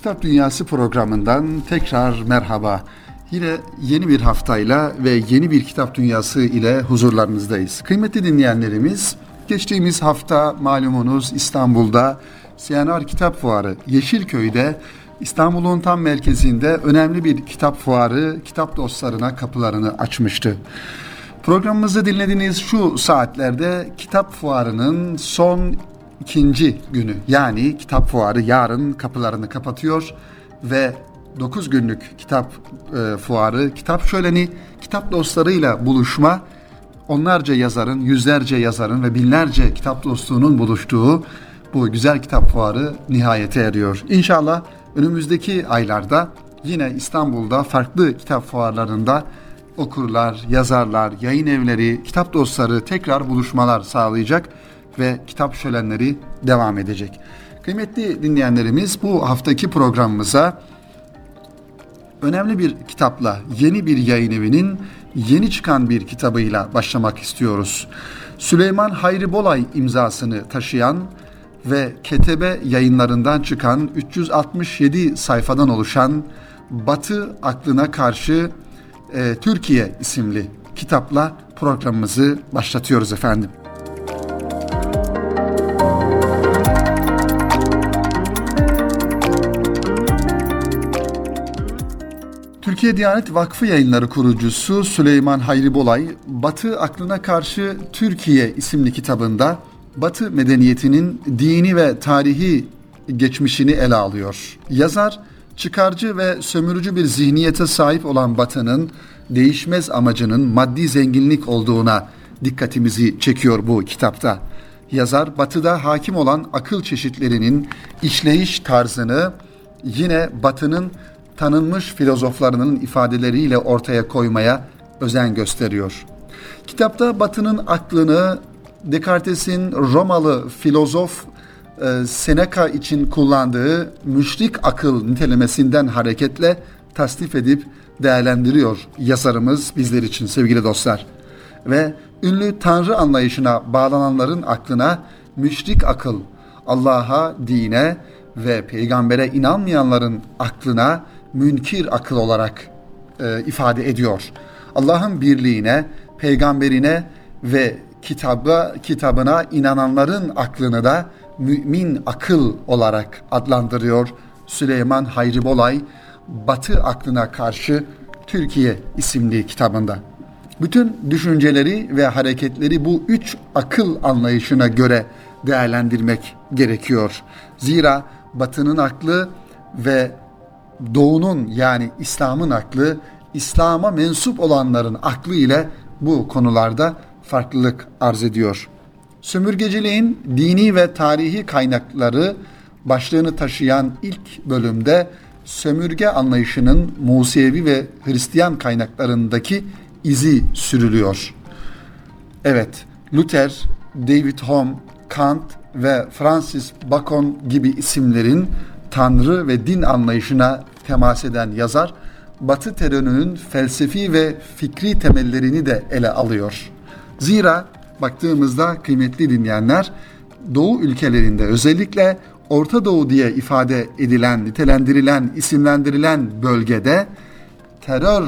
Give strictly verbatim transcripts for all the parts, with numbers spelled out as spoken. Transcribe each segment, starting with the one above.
Kitap Dünyası programından tekrar merhaba. Yine yeni bir haftayla ve yeni bir Kitap Dünyası ile huzurlarınızdayız. Kıymetli dinleyenlerimiz, geçtiğimiz hafta malumunuz İstanbul'da C N R Kitap Fuarı Yeşilköy'de, İstanbul'un tam merkezinde önemli bir kitap fuarı kitap dostlarına kapılarını açmıştı. Programımızı dinlediğiniz şu saatlerde kitap fuarının son ikinci günü, yani kitap fuarı yarın kapılarını kapatıyor ve dokuz günlük kitap e, fuarı, kitap şöleni, kitap dostlarıyla buluşma, onlarca yazarın, yüzlerce yazarın ve binlerce kitap dostluğunun buluştuğu bu güzel kitap fuarı nihayete eriyor. İnşallah önümüzdeki aylarda yine İstanbul'da farklı kitap fuarlarında okurlar, yazarlar, yayın evleri, kitap dostları tekrar buluşmalar sağlayacak ve kitap şölenleri devam edecek. Kıymetli dinleyenlerimiz, bu haftaki programımıza önemli bir kitapla, yeni bir yayın evinin yeni çıkan bir kitabıyla başlamak istiyoruz. Süleyman Hayri Bolay imzasını taşıyan ve Ketebe Yayınlarından çıkan üç yüz altmış yedi sayfadan oluşan Batı Aklına Karşı e, Türkiye isimli kitapla programımızı başlatıyoruz efendim. Türkiye Diyanet Vakfı Yayınları kurucusu Süleyman Hayri Bolay, Batı Aklına Karşı Türkiye isimli kitabında Batı medeniyetinin dini ve tarihi geçmişini ele alıyor. Yazar, çıkarcı ve sömürücü bir zihniyete sahip olan Batı'nın değişmez amacının maddi zenginlik olduğuna dikkatimizi çekiyor bu kitapta. Yazar, Batı'da hakim olan akıl çeşitlerinin işleyiş tarzını yine Batı'nın tanınmış filozoflarının ifadeleriyle ortaya koymaya özen gösteriyor. Kitapta Batı'nın aklını Descartes'in Romalı filozof e, Seneca için kullandığı müşrik akıl nitelemesinden hareketle tasnif edip değerlendiriyor yazarımız bizler için sevgili dostlar. Ve ünlü Tanrı anlayışına bağlananların aklına müşrik akıl, Allah'a, dine ve peygambere inanmayanların aklına münkir akıl olarak e, ifade ediyor. Allah'ın birliğine, peygamberine ve kitaba, kitabına inananların aklını da mümin akıl olarak adlandırıyor Süleyman Hayri Bolay, Batı Aklına Karşı Türkiye isimli kitabında. Bütün düşünceleri ve hareketleri bu üç akıl anlayışına göre değerlendirmek gerekiyor. Zira Batı'nın aklı ve Doğu'nun, yani İslam'ın aklı, İslam'a mensup olanların aklı ile bu konularda farklılık arz ediyor. Sömürgeciliğin dini ve tarihi kaynakları başlığını taşıyan ilk bölümde sömürge anlayışının Musevi ve Hristiyan kaynaklarındaki izi sürülüyor. Evet, Luther, David Hume, Kant ve Francis Bacon gibi isimlerin Tanrı ve din anlayışına temas eden yazar, Batı terörünün felsefi ve fikri temellerini de ele alıyor. Zira baktığımızda kıymetli dinleyenler, Doğu ülkelerinde, özellikle Orta Doğu diye ifade edilen, nitelendirilen, isimlendirilen bölgede terör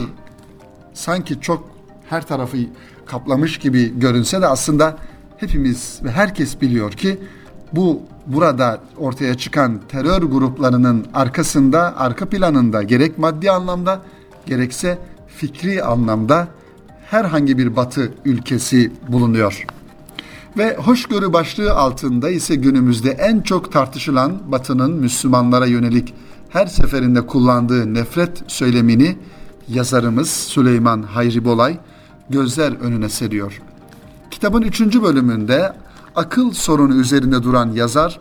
sanki çok her tarafı kaplamış gibi görünse de aslında hepimiz ve herkes biliyor ki bu burada ortaya çıkan terör gruplarının arkasında, arka planında gerek maddi anlamda gerekse fikri anlamda herhangi bir Batı ülkesi bulunuyor. Ve hoşgörü başlığı altında ise günümüzde en çok tartışılan Batı'nın Müslümanlara yönelik her seferinde kullandığı nefret söylemini yazarımız Süleyman Hayri Bolay gözler önüne seriyor. Kitabın üçüncü bölümünde akıl sorunu üzerinde duran yazar,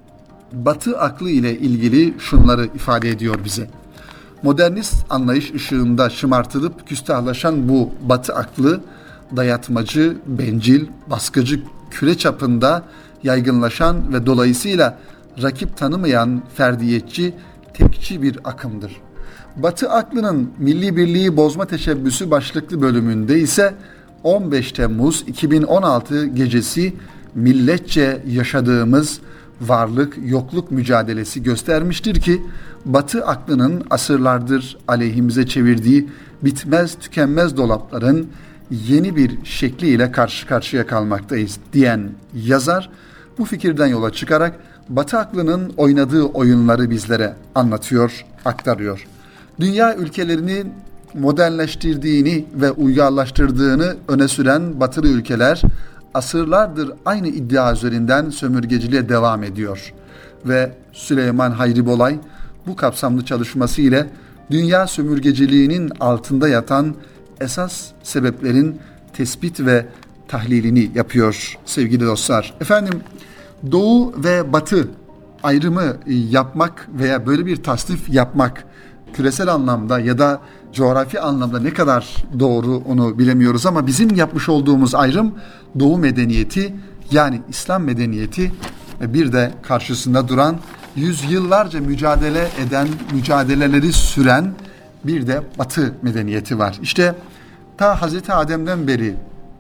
Batı aklı ile ilgili şunları ifade ediyor bize. Modernist anlayış ışığında şımartılıp küstahlaşan bu Batı aklı, dayatmacı, bencil, baskıcı, küre çapında yaygınlaşan ve dolayısıyla rakip tanımayan ferdiyetçi, tekçi bir akımdır. Batı aklının milli birliği bozma teşebbüsü başlıklı bölümünde ise on beş Temmuz iki bin on altı gecesi milletçe yaşadığımız varlık yokluk mücadelesi göstermiştir ki Batı aklının asırlardır aleyhimize çevirdiği bitmez tükenmez dolapların yeni bir şekliyle karşı karşıya kalmaktayız diyen yazar bu fikirden yola çıkarak Batı aklının oynadığı oyunları bizlere anlatıyor, aktarıyor. Dünya ülkelerini modernleştirdiğini ve uygarlaştırdığını öne süren batılı ülkeler asırlardır aynı iddia üzerinden sömürgeciliğe devam ediyor. Ve Süleyman Hayribolay bu kapsamlı çalışması ile dünya sömürgeciliğinin altında yatan esas sebeplerin tespit ve tahlilini yapıyor sevgili dostlar. Efendim, Doğu ve Batı ayrımı yapmak veya böyle bir tasnif yapmak küresel anlamda ya da coğrafi anlamda ne kadar doğru onu bilemiyoruz ama bizim yapmış olduğumuz ayrım Doğu medeniyeti, yani İslam medeniyeti ve bir de karşısında duran yüzyıllarca mücadele eden, mücadeleleri süren bir de Batı medeniyeti var. İşte ta Hazreti Adem'den beri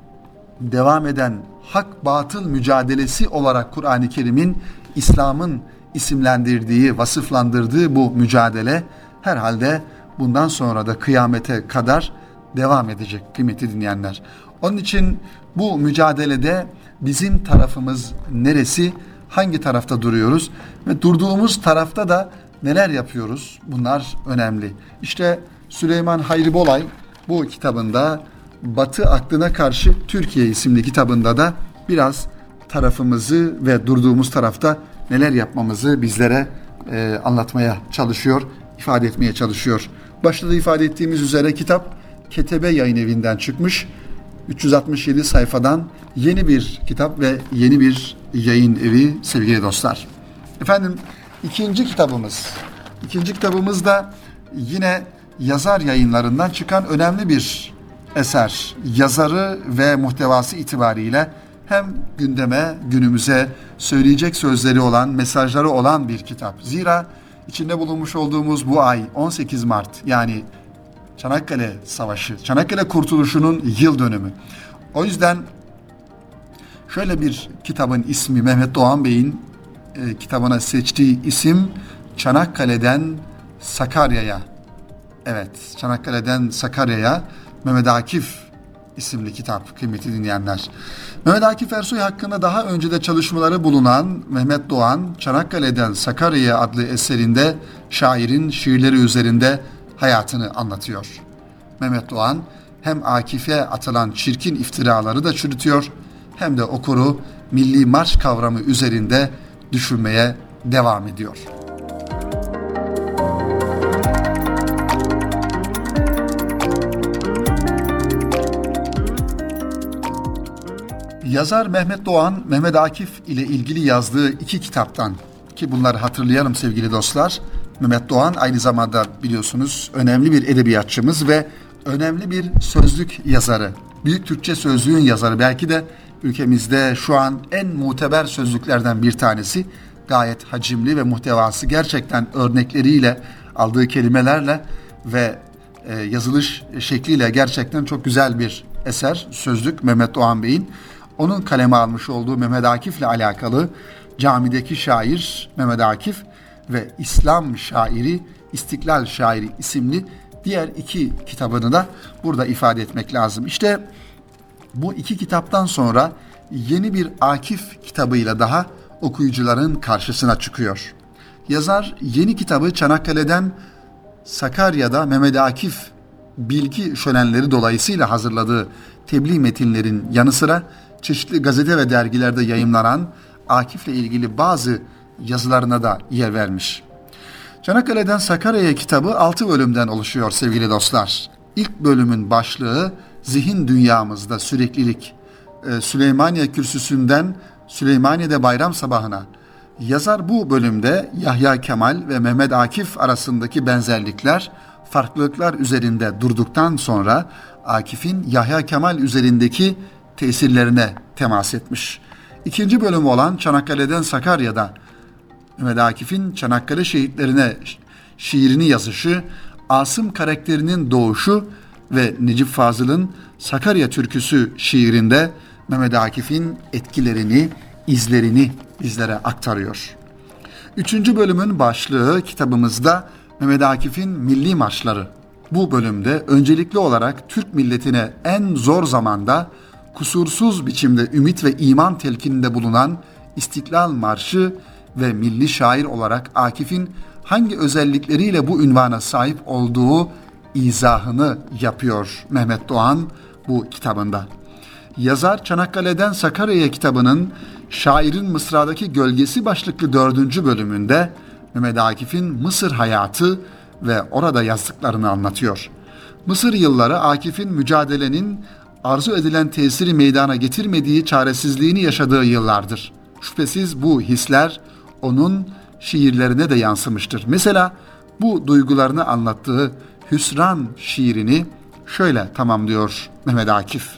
devam eden hak batıl mücadelesi olarak Kur'an-ı Kerim'in İslam'ın isimlendirdiği, vasıflandırdığı bu mücadele herhalde bundan sonra da kıyamete kadar devam edecek kıymetli dinleyenler. Onun için bu mücadelede bizim tarafımız neresi, hangi tarafta duruyoruz ve durduğumuz tarafta da neler yapıyoruz? Bunlar önemli. İşte Süleyman Hayribolay bu kitabında Batı Aklına Karşı Türkiye isimli kitabında da biraz tarafımızı ve durduğumuz tarafta neler yapmamızı bizlere e, anlatmaya çalışıyor, ifade etmeye çalışıyor. Başta da ifade ettiğimiz üzere kitap Ketebe Yayın Evi'nden çıkmış. üç yüz altmış yedi sayfadan yeni bir kitap ve yeni bir yayın evi sevgili dostlar. Efendim, ikinci kitabımız. İkinci kitabımız da yine Yazar Yayınlarından çıkan önemli bir eser. Yazarı ve muhtevası itibariyle hem gündeme, günümüze söyleyecek sözleri olan, mesajları olan bir kitap. Zira içinde bulunmuş olduğumuz bu ay on sekiz Mart, yani Çanakkale Savaşı, Çanakkale Kurtuluşu'nun yıl dönümü. O yüzden şöyle bir kitabın ismi, Mehmet Doğan Bey'in e, kitabına seçtiği isim Çanakkale'den Sakarya'ya. Evet, Çanakkale'den Sakarya'ya, Mehmet Akif isimli kitap kıymetli dinleyenler. Mehmet Akif Ersoy hakkında daha önce de çalışmaları bulunan Mehmet Doğan, Çanakkale'den Sakarya'ya adlı eserinde şairin şiirleri üzerinde hayatını anlatıyor. Mehmet Doğan hem Akif'e atılan çirkin iftiraları da çürütüyor, hem de okuru milli marş kavramı üzerinde düşünmeye devam ediyor. Yazar Mehmet Doğan, Mehmet Akif ile ilgili yazdığı iki kitaptan, ki bunları hatırlayalım sevgili dostlar. Mehmet Doğan aynı zamanda biliyorsunuz önemli bir edebiyatçımız ve önemli bir sözlük yazarı. Büyük Türkçe Sözlüğün yazarı, belki de ülkemizde şu an en muteber sözlüklerden bir tanesi. Gayet hacimli ve muhtevası gerçekten örnekleriyle, aldığı kelimelerle ve e, yazılış şekliyle gerçekten çok güzel bir eser, sözlük Mehmet Doğan Bey'in. Onun kaleme almış olduğu Mehmet Akif'le alakalı Camideki Şair Mehmet Akif ve İslam Şairi İstiklal Şairi isimli diğer iki kitabını da burada ifade etmek lazım. İşte bu iki kitaptan sonra yeni bir Akif kitabıyla daha okuyucuların karşısına çıkıyor. Yazar yeni kitabı Çanakkale'den Sakarya'da Mehmet Akif bilgi şölenleri dolayısıyla hazırladığı tebliğ metinlerin yanı sıra çeşitli gazete ve dergilerde yayımlanan Akif'le ilgili bazı yazılarına da yer vermiş. Çanakkale'den Sakarya'ya kitabı altı bölümden oluşuyor sevgili dostlar. İlk bölümün başlığı Zihin Dünyamızda Süreklilik. Ee, Süleymaniye Kürsüsü'nden Süleymaniye'de Bayram Sabahına. Yazar bu bölümde Yahya Kemal ve Mehmet Akif arasındaki benzerlikler, farklılıklar üzerinde durduktan sonra Akif'in Yahya Kemal üzerindeki tesirlerine temas etmiş. İkinci bölümü olan Çanakkale'den Sakarya'da Mehmet Akif'in Çanakkale şehitlerine şiirini yazışı, Asım karakterinin doğuşu ve Necip Fazıl'ın Sakarya Türküsü şiirinde Mehmet Akif'in etkilerini izlerini bizlere aktarıyor. Üçüncü bölümün başlığı kitabımızda Mehmet Akif'in Milli Marşları. Bu bölümde öncelikli olarak Türk milletine en zor zamanda kusursuz biçimde ümit ve iman telkininde bulunan İstiklal Marşı ve milli şair olarak Akif'in hangi özellikleriyle bu ünvana sahip olduğu izahını yapıyor Mehmet Doğan bu kitabında. Yazar Çanakkale'den Sakarya'ya kitabının Şairin Mısra'daki Gölgesi başlıklı dördüncü bölümünde Mehmet Akif'in Mısır hayatı ve orada yazdıklarını anlatıyor. Mısır yılları Akif'in mücadelenin arzu edilen tesiri meydana getirmediği çaresizliğini yaşadığı yıllardır. Şüphesiz bu hisler onun şiirlerine de yansımıştır. Mesela bu duygularını anlattığı Hüsran şiirini şöyle tamamlıyor Mehmet Akif.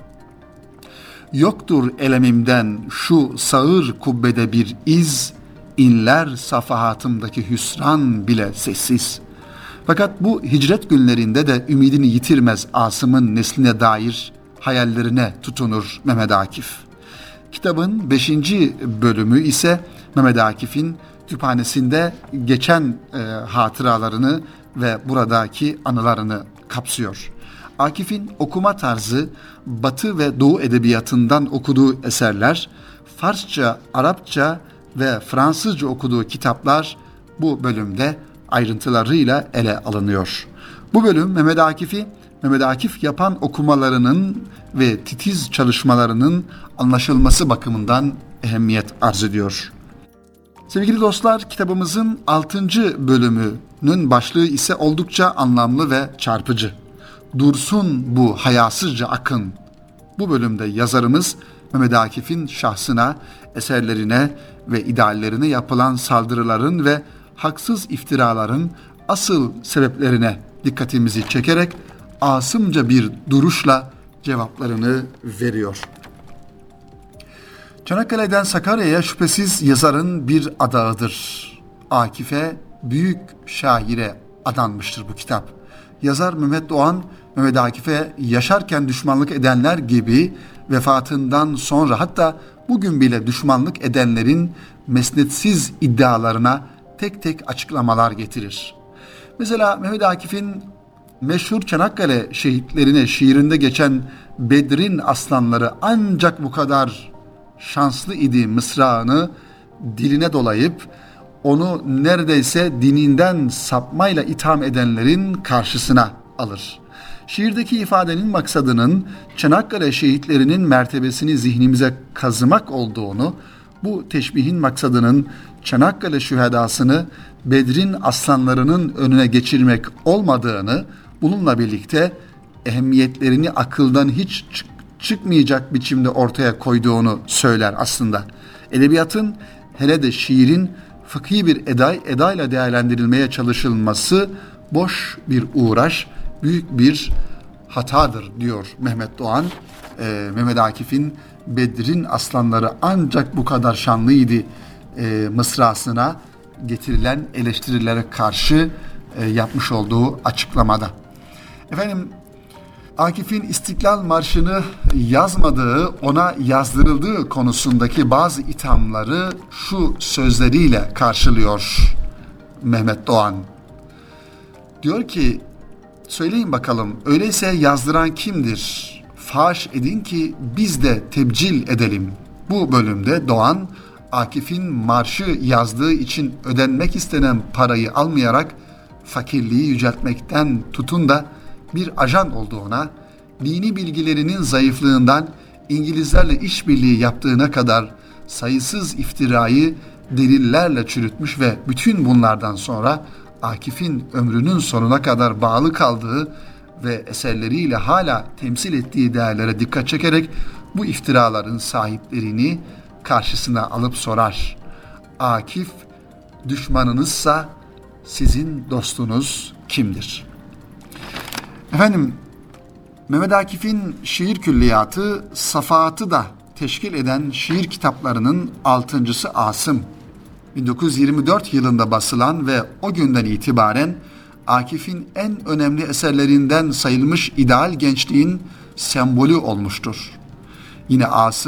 Yoktur elemimden şu sağır kubbede bir iz, inler safahatımdaki hüsran bile sessiz. Fakat bu hicret günlerinde de ümidini yitirmez Asım'ın nesline dair hayallerine tutunur Mehmet Akif. Kitabın beşinci bölümü ise Mehmet Akif'in kütüphanesinde geçen e, hatıralarını ve buradaki anılarını kapsıyor. Akif'in okuma tarzı Batı ve Doğu edebiyatından okuduğu eserler, Farsça, Arapça ve Fransızca okuduğu kitaplar bu bölümde ayrıntılarıyla ele alınıyor. Bu bölüm Mehmet Akif'i, Mehmet Akif yapan okumalarının ve titiz çalışmalarının anlaşılması bakımından ehemmiyet arz ediyor. Sevgili dostlar, kitabımızın altıncı bölümünün başlığı ise oldukça anlamlı ve çarpıcı. Dursun bu hayasızca akın. Bu bölümde yazarımız Mehmet Akif'in şahsına, eserlerine ve ideallerine yapılan saldırıların ve haksız iftiraların asıl sebeplerine dikkatimizi çekerek asımca bir duruşla cevaplarını veriyor. Çanakkale'den Sakarya'ya şüphesiz yazarın bir adağıdır. Akif'e, büyük şaire adanmıştır bu kitap. Yazar Mehmet Doğan, Mehmet Akif'e yaşarken düşmanlık edenler gibi vefatından sonra hatta bugün bile düşmanlık edenlerin mesnetsiz iddialarına tek tek açıklamalar getirir. Mesela Mehmet Akif'in meşhur Çanakkale şehitlerine şiirinde geçen Bedrin aslanları ancak bu kadar şanslı idi mısrağını diline dolayıp onu neredeyse dininden sapmayla itham edenlerin karşısına alır. Şiirdeki ifadenin maksadının Çanakkale şehitlerinin mertebesini zihnimize kazımak olduğunu, bu teşbihin maksadının Çanakkale şühedasını Bedrin aslanlarının önüne geçirmek olmadığını, bununla birlikte ehemmiyetlerini akıldan hiç çık- çıkmayacak biçimde ortaya koyduğunu söyler aslında. Edebiyatın, hele de şiirin fıkhi bir eda, edayla değerlendirilmeye çalışılması boş bir uğraş, büyük bir hatadır diyor Mehmet Doğan. Ee, Mehmet Akif'in Bedrin aslanları ancak bu kadar şanlıydı e, mısrasına getirilen eleştirilere karşı e, yapmış olduğu açıklamada. Efendim, Akif'in İstiklal Marşı'nı yazmadığı, ona yazdırıldığı konusundaki bazı ithamları şu sözleriyle karşılıyor Mehmet Doğan. Diyor ki, söyleyin bakalım, öyleyse yazdıran kimdir? Faş edin ki biz de tebcil edelim. Bu bölümde Doğan, Akif'in marşı yazdığı için ödenmek istenen parayı almayarak fakirliği yüceltmekten tutun da bir ajan olduğuna, dini bilgilerinin zayıflığından İngilizlerle işbirliği yaptığına kadar sayısız iftirayı delillerle çürütmüş ve bütün bunlardan sonra Akif'in ömrünün sonuna kadar bağlı kaldığı ve eserleriyle hala temsil ettiği değerlere dikkat çekerek bu iftiraların sahiplerini karşısına alıp sorar. Akif düşmanınızsa sizin dostunuz kimdir? Efendim, Mehmet Akif'in şiir külliyatı, safahatı da teşkil eden şiir kitaplarının altıncısı Asım. bin dokuz yüz yirmi dört yılında basılan ve o günden itibaren Akif'in en önemli eserlerinden sayılmış ideal gençliğin sembolü olmuştur. Yine Asım,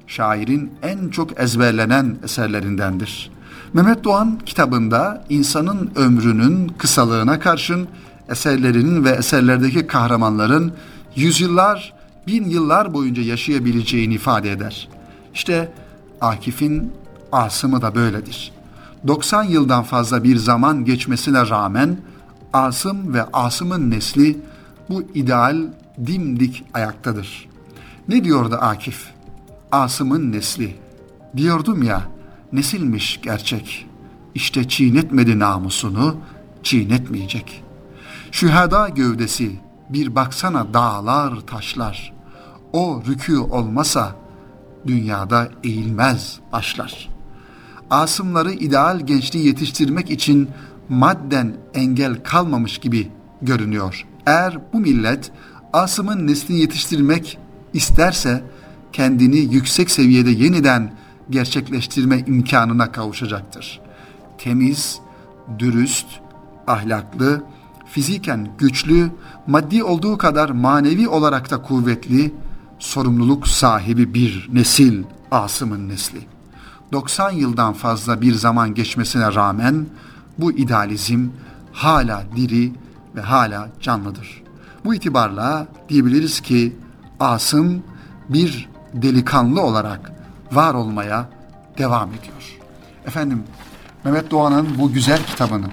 şairin en çok ezberlenen eserlerindendir. Mehmet Doğan kitabında insanın ömrünün kısalığına karşın eserlerinin ve eserlerdeki kahramanların yüzyıllar, bin yıllar boyunca yaşayabileceğini ifade eder. İşte Akif'in Asım'ı da böyledir. doksan yıldan fazla bir zaman geçmesine rağmen Asım ve Asım'ın nesli bu ideal dimdik ayaktadır. Ne diyordu Akif? Asım'ın nesli. Diyordum ya, nesilmiş gerçek. İşte çiğnetmedi namusunu, çiğnetmeyecek. Şühada gövdesi, bir baksana dağlar taşlar. O rükû olmasa dünyada eğilmez başlar. Asımları ideal gençliği yetiştirmek için madden engel kalmamış gibi görünüyor. Eğer bu millet Asım'ın neslini yetiştirmek isterse kendini yüksek seviyede yeniden gerçekleştirme imkanına kavuşacaktır. Temiz, dürüst, ahlaklı, fiziken güçlü, maddi olduğu kadar manevi olarak da kuvvetli, sorumluluk sahibi bir nesil Asım'ın nesli. doksan yıldan fazla bir zaman geçmesine rağmen bu idealizm hala diri ve hala canlıdır. Bu itibarla diyebiliriz ki Asım bir delikanlı olarak var olmaya devam ediyor. Efendim, Mehmet Doğan'ın bu güzel kitabını,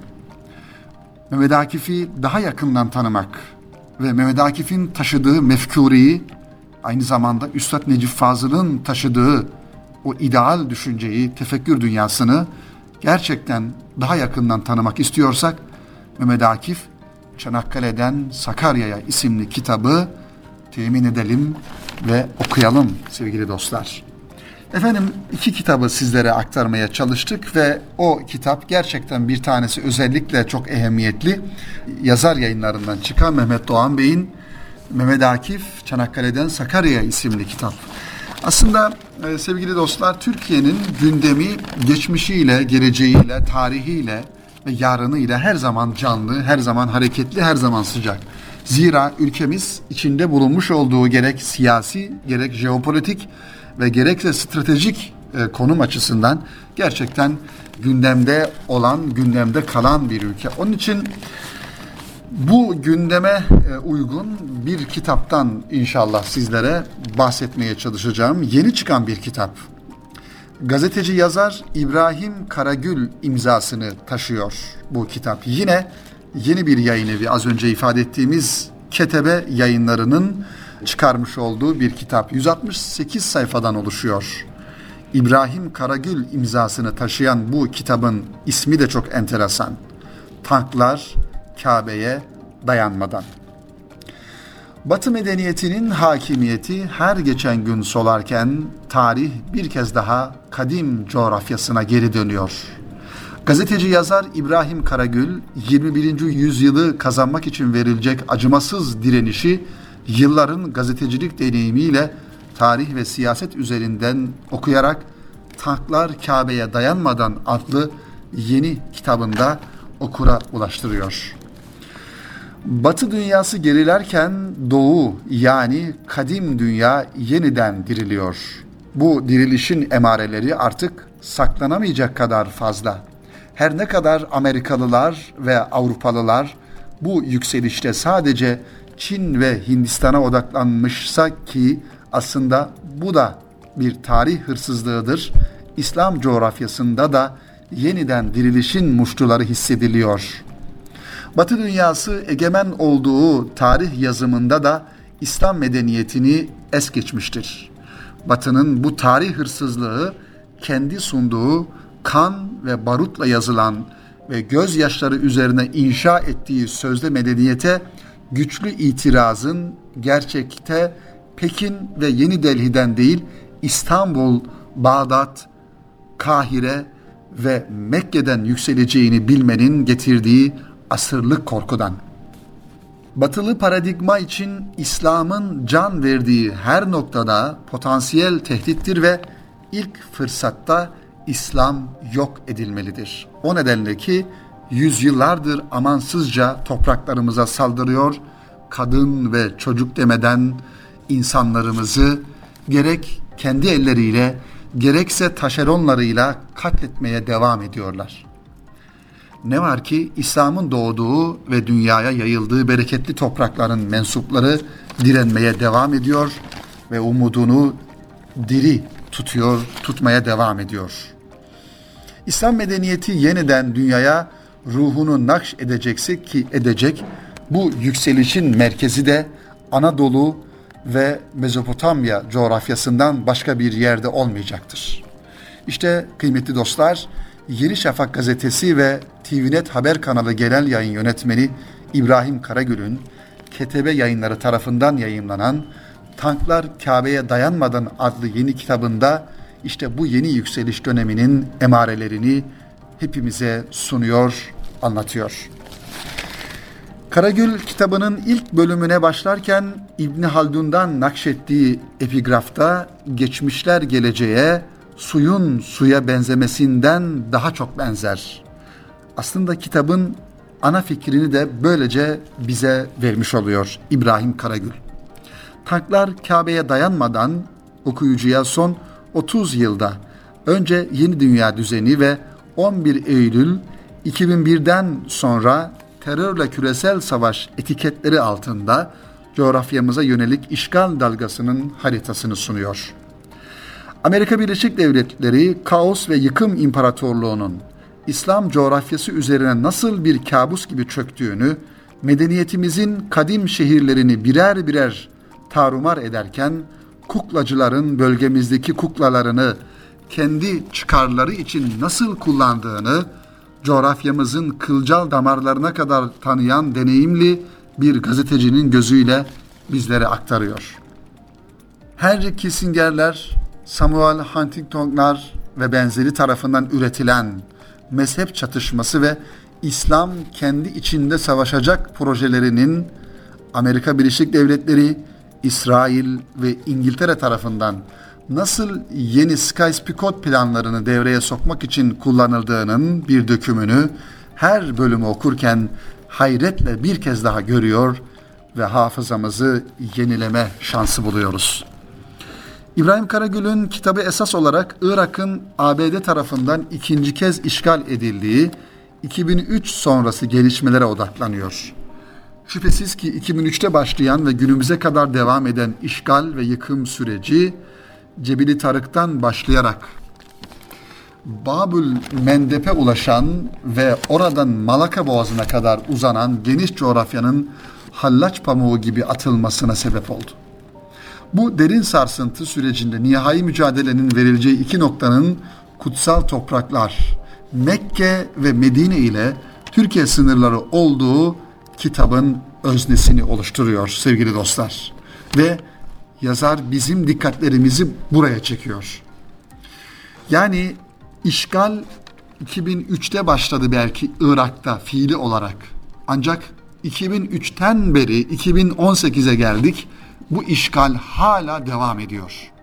Mehmet Akif'i daha yakından tanımak ve Mehmet Akif'in taşıdığı mefkureyi, aynı zamanda Üstad Necip Fazıl'ın taşıdığı o ideal düşünceyi, tefekkür dünyasını gerçekten daha yakından tanımak istiyorsak, Mehmet Akif, Çanakkale'den Sakarya'ya isimli kitabı temin edelim ve okuyalım sevgili dostlar. Efendim, iki kitabı sizlere aktarmaya çalıştık ve o kitap gerçekten bir tanesi özellikle çok ehemmiyetli. Yazar Yayınlarından çıkan Mehmet Doğan Bey'in Mehmet Akif Çanakkale'den Sakarya'ya isimli kitap. Aslında e, sevgili dostlar, Türkiye'nin gündemi geçmişiyle, geleceğiyle, tarihiyle ve yarınıyla her zaman canlı, her zaman hareketli, her zaman sıcak. Zira ülkemiz içinde bulunmuş olduğu gerek siyasi, gerek jeopolitik ve gerekse stratejik e, konum açısından gerçekten gündemde olan, gündemde kalan bir ülke. Onun için bu gündeme e, uygun bir kitaptan inşallah sizlere bahsetmeye çalışacağım. Yeni çıkan bir kitap. Gazeteci yazar İbrahim Karagül imzasını taşıyor bu kitap. Yine yeni bir yayın evi, az önce ifade ettiğimiz Ketebe Yayınları'nın çıkarmış olduğu bir kitap. yüz altmış sekiz sayfadan oluşuyor. İbrahim Karagül imzasını taşıyan bu kitabın ismi de çok enteresan. Tanklar Kabe'ye dayanmadan. Batı medeniyetinin hakimiyeti her geçen gün solarken tarih bir kez daha kadim coğrafyasına geri dönüyor. Gazeteci yazar İbrahim Karagül, yirmi birinci yüzyılı kazanmak için verilecek acımasız direnişi yılların gazetecilik deneyimiyle tarih ve siyaset üzerinden okuyarak Tanklar Kabe'ye Dayanmadan adlı yeni kitabında okura ulaştırıyor. Batı dünyası gerilerken Doğu, yani kadim dünya yeniden diriliyor. Bu dirilişin emareleri artık saklanamayacak kadar fazla. Her ne kadar Amerikalılar ve Avrupalılar bu yükselişte sadece Çin ve Hindistan'a odaklanmışsa ki aslında bu da bir tarih hırsızlığıdır. İslam coğrafyasında da yeniden dirilişin muştuları hissediliyor. Batı dünyası egemen olduğu tarih yazımında da İslam medeniyetini es geçmiştir. Batı'nın bu tarih hırsızlığı kendi sunduğu kan ve barutla yazılan ve gözyaşları üzerine inşa ettiği sözde medeniyete güçlü itirazın gerçekte Pekin ve Yeni Delhi'den değil, İstanbul, Bağdat, Kahire ve Mekke'den yükseleceğini bilmenin getirdiği asırlık korkudan. Batılı paradigma için İslam'ın can verdiği her noktada potansiyel tehdittir ve ilk fırsatta İslam yok edilmelidir. O nedenle ki yüzyıllardır amansızca topraklarımıza saldırıyor, kadın ve çocuk demeden insanlarımızı gerek kendi elleriyle gerekse taşeronlarıyla katletmeye devam ediyorlar. Ne var ki İslam'ın doğduğu ve dünyaya yayıldığı bereketli toprakların mensupları direnmeye devam ediyor ve umudunu diri tutuyor, tutmaya devam ediyor. İslam medeniyeti yeniden dünyaya ruhunu nakş edecekse ki edecek, bu yükselişin merkezi de Anadolu ve Mezopotamya coğrafyasından başka bir yerde olmayacaktır. İşte kıymetli dostlar, Yeni Şafak gazetesi ve T V Net Haber kanalı genel yayın yönetmeni İbrahim Karagül'ün Ketebe Yayınları tarafından yayımlanan Tanklar Kabe'ye Dayanmadan adlı yeni kitabında işte bu yeni yükseliş döneminin emarelerini hepimize sunuyor, anlatıyor. Karagül kitabının ilk bölümüne başlarken İbn Haldun'dan nakşettiği epigrafta geçmişler geleceğe suyun suya benzemesinden daha çok benzer. Aslında kitabın ana fikrini de böylece bize vermiş oluyor İbrahim Karagül. Tanklar Kabe'ye dayanmadan okuyucuya son otuz yılda önce yeni dünya düzeni ve on bir Eylül iki bin birden sonra terörle küresel savaş etiketleri altında coğrafyamıza yönelik işgal dalgasının haritasını sunuyor. Amerika Birleşik Devletleri kaos ve yıkım imparatorluğunun İslam coğrafyası üzerine nasıl bir kabus gibi çöktüğünü, medeniyetimizin kadim şehirlerini birer birer tarumar ederken, kuklacıların bölgemizdeki kuklalarını kendi çıkarları için nasıl kullandığını, coğrafyamızın kılcal damarlarına kadar tanıyan deneyimli bir gazetecinin gözüyle bizlere aktarıyor. Henry Kissinger'ler, Samuel Huntington'lar ve benzeri tarafından üretilen mezhep çatışması ve İslam kendi içinde savaşacak projelerinin Amerika Birleşik Devletleri, İsrail ve İngiltere tarafından nasıl yeni Sykes-Picot planlarını devreye sokmak için kullanıldığının bir dökümünü her bölümü okurken hayretle bir kez daha görüyor ve hafızamızı yenileme şansı buluyoruz. İbrahim Karagül'ün kitabı esas olarak Irak'ın A B D tarafından ikinci kez işgal edildiği iki bin üç sonrası gelişmelere odaklanıyor. Şüphesiz ki iki bin üçte başlayan ve günümüze kadar devam eden işgal ve yıkım süreci Cebeli Tarık'tan başlayarak Babül Mendeb'e ulaşan ve oradan Malaka Boğazı'na kadar uzanan geniş coğrafyanın hallaç pamuğu gibi atılmasına sebep oldu. Bu derin sarsıntı sürecinde nihai mücadelenin verileceği iki noktanın kutsal topraklar, Mekke ve Medine ile Türkiye sınırları olduğu kitabın öznesini oluşturuyor sevgili dostlar. Ve yazar bizim dikkatlerimizi buraya çekiyor. Yani işgal iki bin üçte başladı belki Irak'ta fiili olarak. Ancak iki bin üçten beri iki bin on sekize geldik. Bu işgal hala devam ediyor.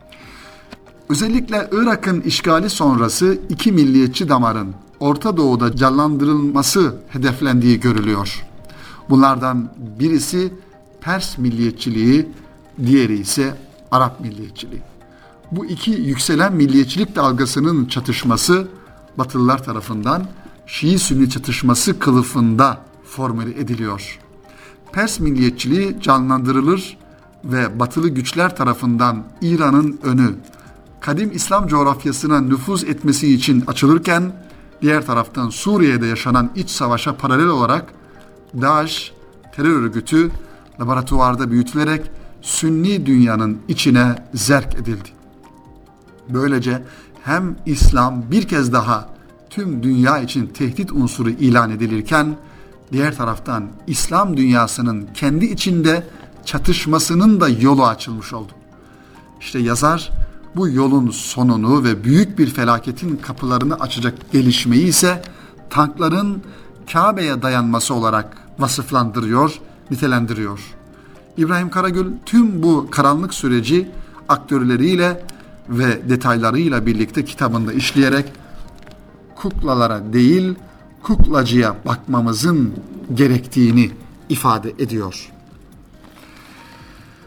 Özellikle Irak'ın işgali sonrası iki milliyetçi damarın Orta Doğu'da canlandırılması hedeflendiği görülüyor. Bunlardan birisi Pers milliyetçiliği, diğeri ise Arap milliyetçiliği. Bu iki yükselen milliyetçilik dalgasının çatışması Batılılar tarafından Şii-Sünni çatışması kılıfında formüle ediliyor. Pers milliyetçiliği canlandırılır ve batılı güçler tarafından İran'ın önü kadim İslam coğrafyasına nüfuz etmesi için açılırken diğer taraftan Suriye'de yaşanan iç savaşa paralel olarak DAEŞ terör örgütü laboratuvarda büyütülerek Sünni dünyanın içine zerk edildi. Böylece hem İslam bir kez daha tüm dünya için tehdit unsuru ilan edilirken diğer taraftan İslam dünyasının kendi içinde çatışmasının da yolu açılmış oldu. İşte yazar bu yolun sonunu ve büyük bir felaketin kapılarını açacak gelişmeyi ise tankların Kabe'ye dayanması olarak vasıflandırıyor, nitelendiriyor. İbrahim Karagül tüm bu karanlık süreci aktörleriyle ve detaylarıyla birlikte kitabında işleyerek kuklalara değil, kuklacıya bakmamızın gerektiğini ifade ediyor.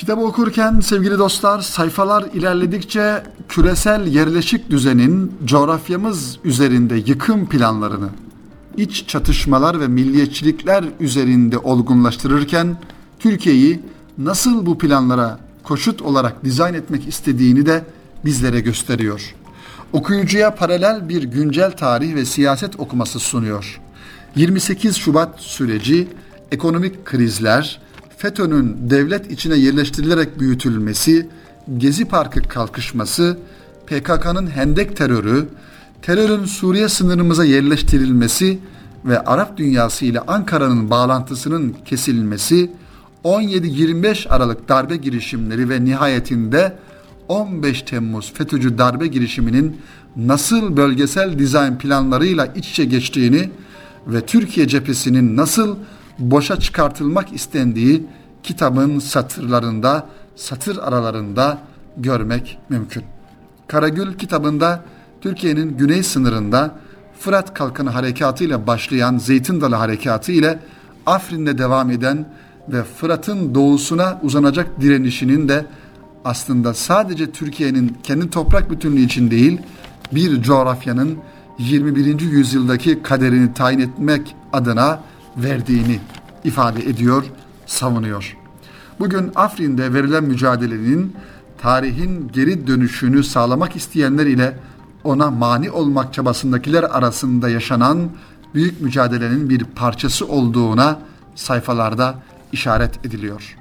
Kitabı okurken sevgili dostlar, sayfalar ilerledikçe küresel yerleşik düzenin coğrafyamız üzerinde yıkım planlarını, iç çatışmalar ve milliyetçilikler üzerinde olgunlaştırırken Türkiye'yi nasıl bu planlara koşut olarak dizayn etmek istediğini de bizlere gösteriyor. Okuyucuya paralel bir güncel tarih ve siyaset okuması sunuyor. yirmi sekiz Şubat süreci, ekonomik krizler, FETÖ'nün devlet içine yerleştirilerek büyütülmesi, Gezi Parkı kalkışması, P K K'nın Hendek terörü, terörün Suriye sınırımıza yerleştirilmesi ve Arap dünyası ile Ankara'nın bağlantısının kesilmesi, on yedi yirmi beş Aralık darbe girişimleri ve nihayetinde on beş Temmuz FETÖ'cü darbe girişiminin nasıl bölgesel dizayn planlarıyla iç içe geçtiğini ve Türkiye cephesinin nasıl boşa çıkartılmak istendiği kitabın satırlarında, satır aralarında görmek mümkün. Karagül kitabında Türkiye'nin güney sınırında Fırat Kalkanı Harekatı ile başlayan Zeytin Dalı Harekatı ile Afrin'de devam eden ve Fırat'ın doğusuna uzanacak direnişinin de aslında sadece Türkiye'nin kendi toprak bütünlüğü için değil, bir coğrafyanın yirmi birinci yüzyıldaki kaderini tayin etmek adına verdiğini ifade ediyor, savunuyor. Bugün Afrin'de verilen mücadelenin tarihin geri dönüşünü sağlamak isteyenler ile ona mani olmak çabasındakiler arasında yaşanan büyük mücadelenin bir parçası olduğuna sayfalarda işaret ediliyor.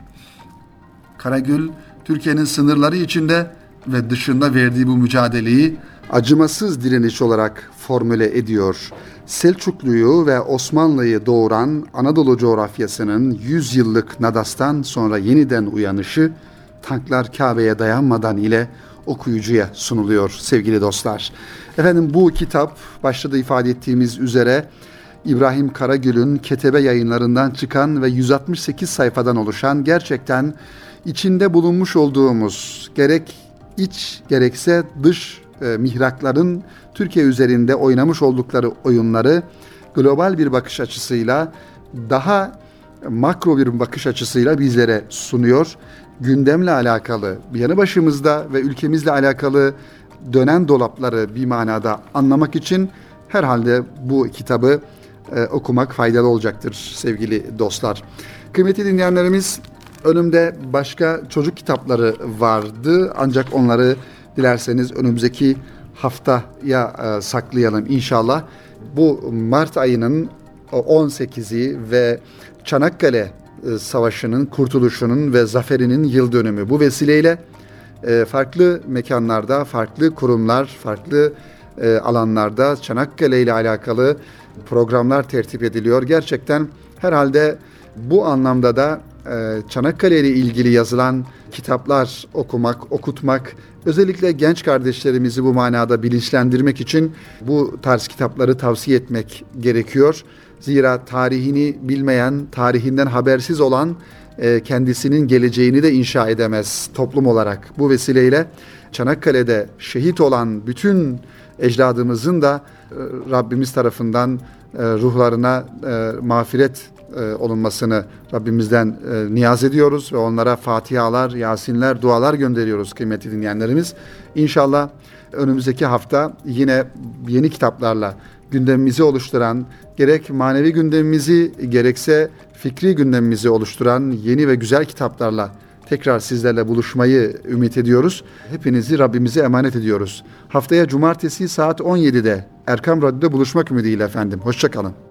Karagül, Türkiye'nin sınırları içinde ve dışında verdiği bu mücadeleyi acımasız direniş olarak formüle ediyor. Selçuklu'yu ve Osmanlı'yı doğuran Anadolu coğrafyasının yüz yıllık nadastan sonra yeniden uyanışı tanklar Kabe'ye dayanmadan ile okuyucuya sunuluyor sevgili dostlar. Efendim bu kitap başta da ifade ettiğimiz üzere İbrahim Karagül'ün Ketebe Yayınlarından çıkan ve yüz altmış sekiz sayfadan oluşan gerçekten içinde bulunmuş olduğumuz gerek iç gerekse dış e, mihrakların Türkiye üzerinde oynamış oldukları oyunları global bir bakış açısıyla daha makro bir bakış açısıyla bizlere sunuyor. Gündemle alakalı, yanı başımızda ve ülkemizle alakalı dönen dolapları bir manada anlamak için herhalde bu kitabı e, okumak faydalı olacaktır sevgili dostlar. Kıymetli dinleyenlerimiz, önümde başka çocuk kitapları vardı ancak onları dilerseniz önümüzdeki haftaya e, saklayalım inşallah. Bu Mart ayının on sekizi ve Çanakkale e, Savaşı'nın, kurtuluşunun ve zaferinin yıl dönümü. Bu vesileyle e, farklı mekanlarda, farklı kurumlar, farklı e, alanlarda Çanakkale ile alakalı programlar tertip ediliyor. Gerçekten herhalde bu anlamda da Çanakkale ile ilgili yazılan kitaplar okumak, okutmak, özellikle genç kardeşlerimizi bu manada bilinçlendirmek için bu tarz kitapları tavsiye etmek gerekiyor. Zira tarihini bilmeyen, tarihinden habersiz olan kendisinin geleceğini de inşa edemez toplum olarak. Bu vesileyle Çanakkale'de şehit olan bütün ecdadımızın da Rabbimiz tarafından ruhlarına mağfiret olunmasını Rabbimizden niyaz ediyoruz ve onlara fatihalar, yasinler, dualar gönderiyoruz kıymetli dinleyenlerimiz. İnşallah önümüzdeki hafta yine yeni kitaplarla gündemimizi oluşturan, gerek manevi gündemimizi gerekse fikri gündemimizi oluşturan yeni ve güzel kitaplarla tekrar sizlerle buluşmayı ümit ediyoruz. Hepinizi Rabbimize emanet ediyoruz. Haftaya cumartesi saat on yedide Erkam Radyo'da buluşmak ümidiyle efendim. Hoşça kalın.